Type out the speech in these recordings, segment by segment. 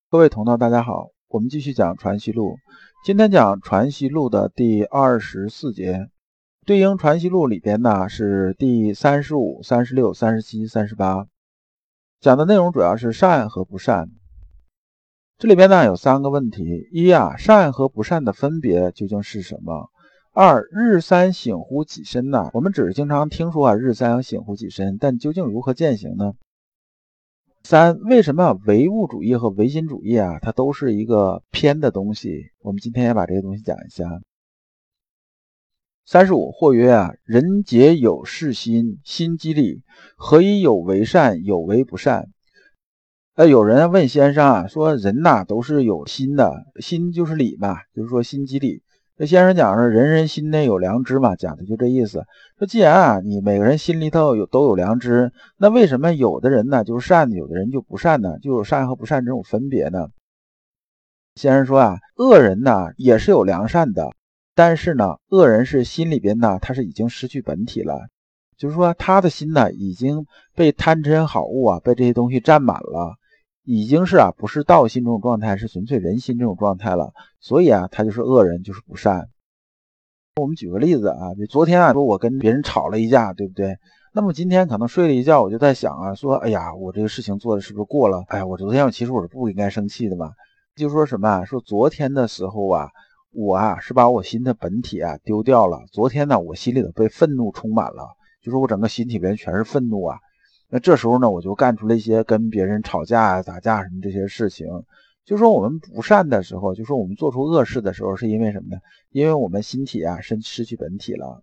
各位同道，大家好，我们继续讲《传习录》，今天讲《传习录》的第24节，对应《传习录》里边呢是第35、36、37、38，讲的内容主要是善和不善。这里边呢有3个问题：一善和不善的分别究竟是什么？二，日三省乎己身呢？我们只是经常听说日三省乎己身，但究竟如何践行呢？三，为什么唯物主义和唯心主义它都是一个偏的东西？我们今天也把这个东西讲一下。35，或曰人皆有是心，心即理，何以有为善，有为不善？有人问先生说人都是有心的，心就是理嘛，就是说心即理。这先生讲说人人心内有良知嘛，讲的就这意思。说既然你每个人心里头都有良知，那为什么有的人呢就是善的，有的人就不善呢？就有善和不善这种分别呢？先生说恶人也是有良善的，但是呢恶人是心里边他是已经失去本体了，就是说他的心已经被贪嗔好恶被这些东西占满了，已经是不是道心这种状态，是纯粹人心这种状态了，所以他就是恶人，就是不善。我们举个例子就昨天说我跟别人吵了一架，对不对？那么今天可能睡了一觉，我就在想说哎呀，我这个事情做的是不是过了？哎呀，我昨天其实我是不应该生气的嘛。就说什么说昨天的时候我是把我心的本体丢掉了。昨天呢我心里头被愤怒充满了，就是我整个心里边全是愤怒那这时候呢我就干出了一些跟别人吵架打架什么这些事情。就说我们不善的时候，就说我们做出恶事的时候，是因为什么呢？因为我们心体失去本体了。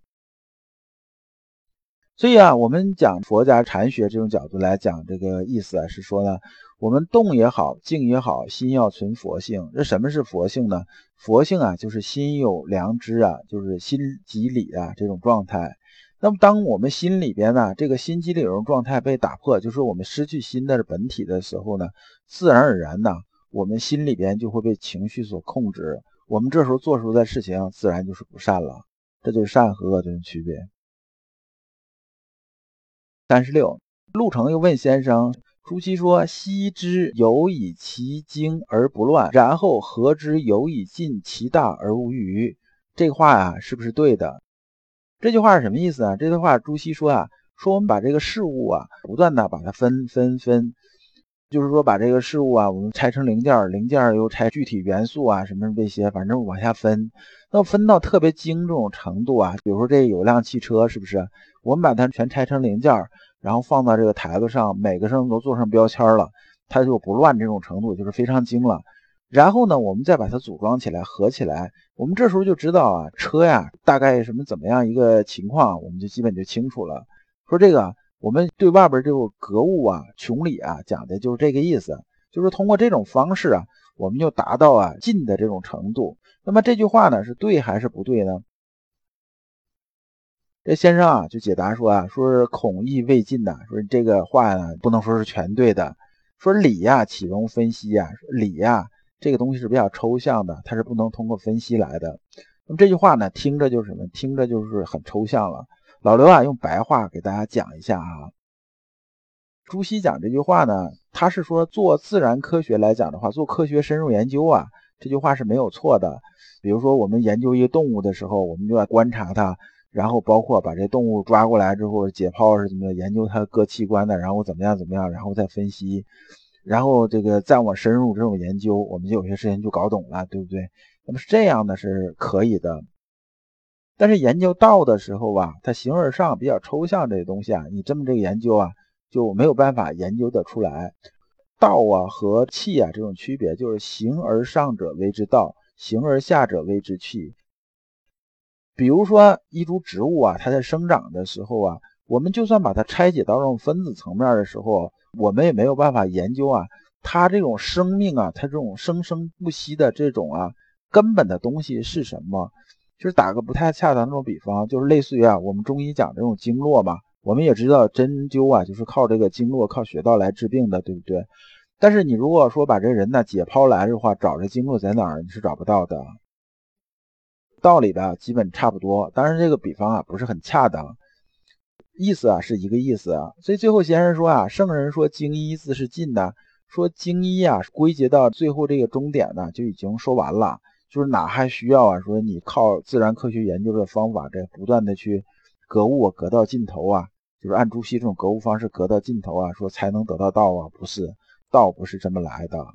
所以我们讲佛家禅学这种角度来讲这个意思是说呢，我们动也好，静也好，心要存佛性。这什么是佛性呢？佛性就是心有良知就是心即理这种状态。那么当我们心里边这个心即理这种状态被打破，就是我们失去心的本体的时候呢，自然而然我们心里边就会被情绪所控制，我们这时候做出的事情自然就是不善了。这就是善和恶这种区别。36，陆程又问先生，朱熹说昔之有以其精而不乱，然后何之有以尽其大而无余？这个话是不是对的？这句话是什么意思这句话朱熹说说我们把这个事物不断的把它分，就是说把这个事物我们拆成零件，零件又拆具体元素什么这些，反正往下分。那分到特别精这种程度比如说这有辆汽车，是不是我们把它全拆成零件，然后放到这个台子上，每个上都做上标签了，它就不乱，这种程度就是非常精了。然后呢我们再把它组装起来合起来，我们这时候就知道车大概怎么样一个情况，我们就基本就清楚了。说这个我们对外边这个格物穷理讲的就是这个意思，就是通过这种方式我们就达到尽的这种程度。那么这句话呢是对还是不对呢？这先生就解答说说是孔义未尽说这个话不能说是全对的。说理岂容分析理这个东西是比较抽象的，它是不能通过分析来的。那么这句话呢听着就是什么？听着就是很抽象了。老刘用白话给大家讲一下朱熹讲这句话呢，他是说做自然科学来讲的话，做科学深入研究这句话是没有错的。比如说我们研究一个动物的时候，我们就要观察它，然后包括把这动物抓过来之后解剖是怎么研究它各器官的，然后怎么样，然后再分析，然后这个再往深入这种研究，我们就有些事情就搞懂了，对不对？那么是这样的是可以的。但是研究道的时候它形而上比较抽象，这些东西你这么这个研究就没有办法研究得出来。道和气这种区别就是形而上者谓之道，形而下者谓之气。比如说一株植物它在生长的时候我们就算把它拆解到这种分子层面的时候，我们也没有办法研究它这种生命它这种生生不息的这种根本的东西是什么。就是打个不太恰当的那种比方，就是类似于我们中医讲这种经络嘛，我们也知道针灸就是靠这个经络靠穴道来治病的，对不对？但是你如果说把这人解剖来的话，找这经络在哪儿你是找不到的。道理基本差不多，当然这个比方不是很恰当，意思是一个意思所以最后先生说圣人说精一自是尽说经一啊，归结到最后这个终点呢，就已经说完了，就是哪还需要啊，说你靠自然科学研究的方法，这不断的去格物格到尽头啊，就是按朱熹这种格物方式格到尽头啊，说才能得到道啊，不是，道不是这么来的。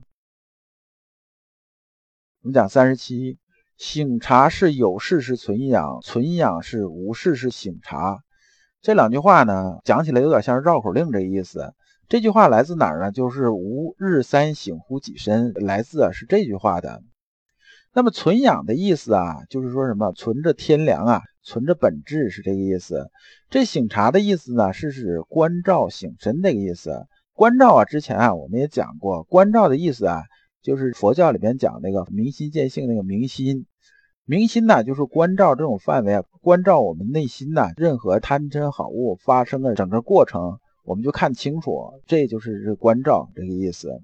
我们讲37，醒察是有事是存养，存养是无事是醒察。这两句话呢，讲起来有点像是绕口令这个意思。这句话来自哪儿呢？就是吾日三省乎己身，来自是这句话的。那么存养的意思啊，就是说什么存着天良啊，存着本质是这个意思。这醒察的意思呢，是指关照醒身这个意思。关照啊，之前啊我们也讲过，关照的意思啊，就是佛教里边讲那个明心见性那个明心。明心呢，就是关照这种范围啊，关照我们内心呢，任何贪嗔好恶发生的整个过程，我们就看清楚，这就是关照这个意思。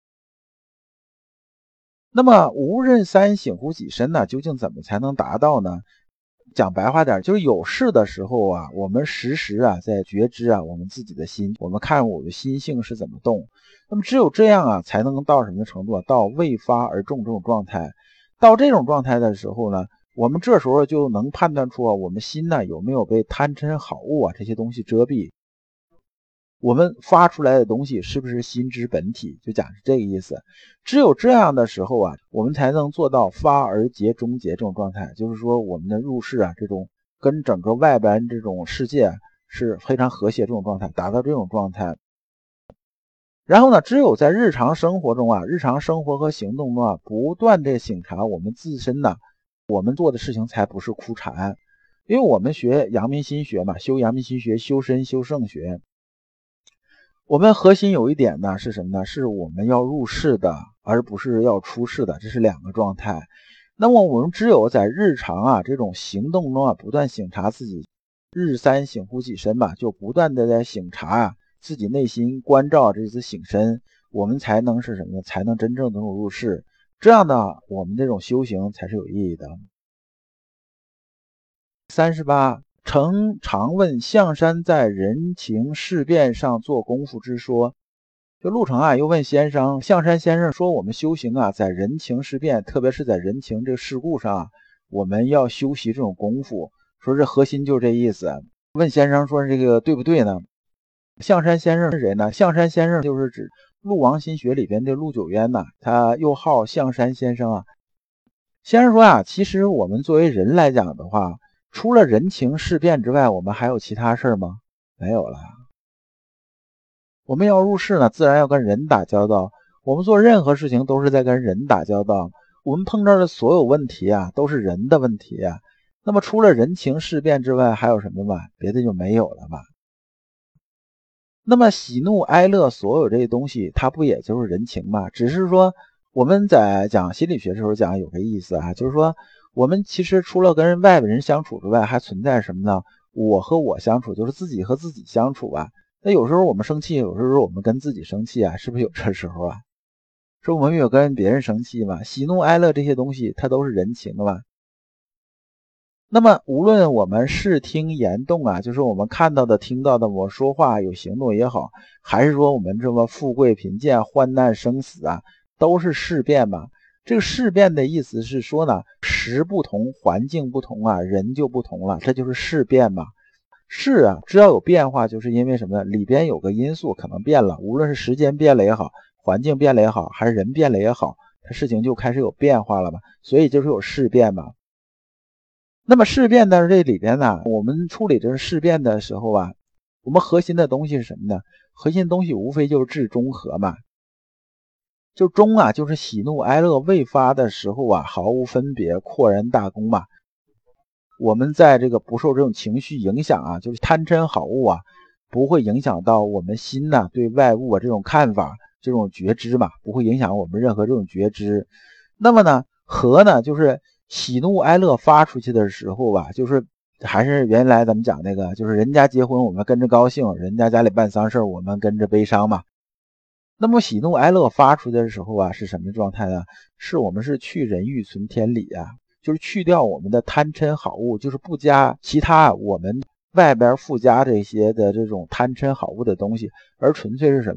那么无任三省乎己身呢，究竟怎么才能达到呢？讲白话点，就是有事的时候啊，我们时时啊在觉知啊我们自己的心，我们看我的心性是怎么动。那么只有这样啊，才能到什么程度啊？到未发而中这种状态。到这种状态的时候呢，我们这时候就能判断出啊，我们心呢有没有被贪嗔好恶啊这些东西遮蔽。我们发出来的东西是不是心之本体，就讲是这个意思。只有这样的时候啊，我们才能做到发而结终结这种状态，就是说我们的入世啊，这种跟整个外边这种世界是非常和谐这种状态，达到这种状态。然后呢，只有在日常生活中啊，日常生活和行动中啊，不断的省察我们自身呢，我们做的事情才不是枯禅。因为我们学阳明心学嘛，修阳明心学，修身修圣学，我们核心有一点呢是什么呢？是我们要入世的，而不是要出世的，这是两个状态。那么我们只有在日常啊这种行动中啊，不断省察自己，日三省乎己身嘛，就不断的在省察啊自己内心，关照这次醒身，我们才能是什么呢？才能真正能够入世。这样呢，我们这种修行才是有意义的。38，诚常问象山在人情事变上做功夫之说。就陆程啊又问先生，象山先生说我们修行啊，在人情事变，特别是在人情这个事故上啊，我们要修习这种功夫，说这核心就是这意思。问先生说这个对不对呢？象山先生是谁呢？象山先生就是指陆王心学里边的陆九渊呐，他又号象山先生啊。先生说啊，其实我们作为人来讲的话，除了人情事变之外，我们还有其他事吗？没有了。我们要入世呢，自然要跟人打交道。我们做任何事情都是在跟人打交道。我们碰到的所有问题啊，都是人的问题啊。那么除了人情事变之外，还有什么嘛？别的就没有了嘛。那么喜怒哀乐所有这些东西，它不也就是人情嘛？只是说我们在讲心理学的时候讲有个意思啊，就是说我们其实除了跟外边人相处之外，还存在什么呢？我和我相处，就是自己和自己相处啊。那有时候我们生气，有时候我们跟自己生气啊，是不是有这时候啊？说我们有跟别人生气嘛？喜怒哀乐这些东西，它都是人情的嘛。那么无论我们视听言动啊，就是我们看到的听到的，我说话有行动也好，还是说我们这么富贵贫贱患难生死啊，都是事变嘛。这个事变的意思是说呢，时不同环境不同啊，人就不同了，这就是事变嘛。事啊只要有变化，就是因为什么呢？里边有个因素可能变了，无论是时间变了也好，环境变了也好，还是人变了也好，它事情就开始有变化了嘛，所以就是有事变嘛。那么事变的这里边呢，我们处理这个事变的时候啊，我们核心的东西是什么呢？核心的东西无非就是治中和嘛。就中啊，就是喜怒哀乐未发的时候啊，毫无分别，阔然大公嘛。我们在这个不受这种情绪影响啊，就是贪嗔好恶啊，不会影响到我们心呐对外物啊这种看法，这种觉知嘛，不会影响我们任何这种觉知。那么呢，和呢就是喜怒哀乐发出去的时候吧，就是还是原来咱们讲那个，就是人家结婚我们跟着高兴，人家家里办丧事我们跟着悲伤嘛。那么喜怒哀乐发出的时候啊，是什么状态呢？是我们是去人欲存天理啊，就是去掉我们的贪嗔好恶，就是不加其他我们外边附加这些的这种贪嗔好恶的东西，而纯粹是什么呢？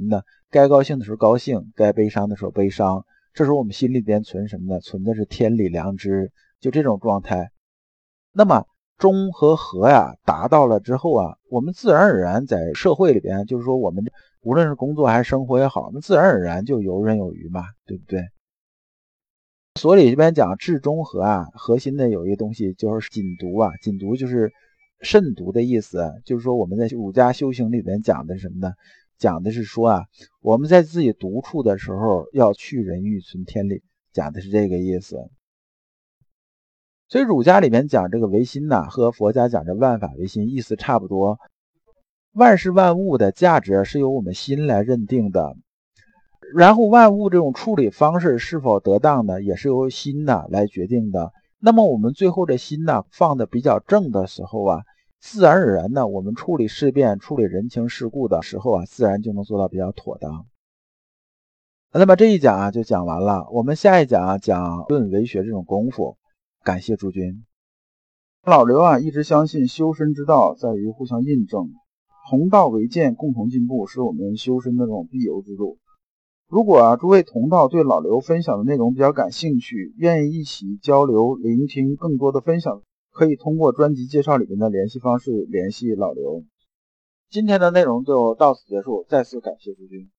该高兴的时候高兴，该悲伤的时候悲伤。这时候我们心里边存什么呢？存的是天理良知，就这种状态。那么中和和呀达到了之后啊，我们自然而然在社会里边，就是说我们无论是工作还是生活也好，那自然而然就游刃有余嘛，对不对？所以这边讲至中和啊，核心的有一个东西就是谨独啊，谨独就是慎独的意思，就是说我们在儒家修行里边讲的是什么呢？讲的是说啊，我们在自己独处的时候要去人欲存天理，讲的是这个意思。所以儒家里面讲这个唯心呐，和佛家讲这万法唯心意思差不多。万事万物的价值是由我们心来认定的，然后万物这种处理方式是否得当的，也是由心呐来决定的。那么我们最后的心呐放的比较正的时候啊，自然而然呢，我们处理事变、处理人情世故的时候啊，自然就能做到比较妥当。那么这一讲啊就讲完了，我们下一讲啊讲论为学这种功夫。感谢诸君。 老刘啊，一直相信修身之道在于互相印证，同道为鉴，共同进步，是我们修身的这种必由之路。如果啊诸位同道对老刘分享的内容比较感兴趣，愿意一起交流、聆听更多的分享，可以通过专辑介绍里面的联系方式联系老刘。 今天的内容就到此结束，再次感谢诸君。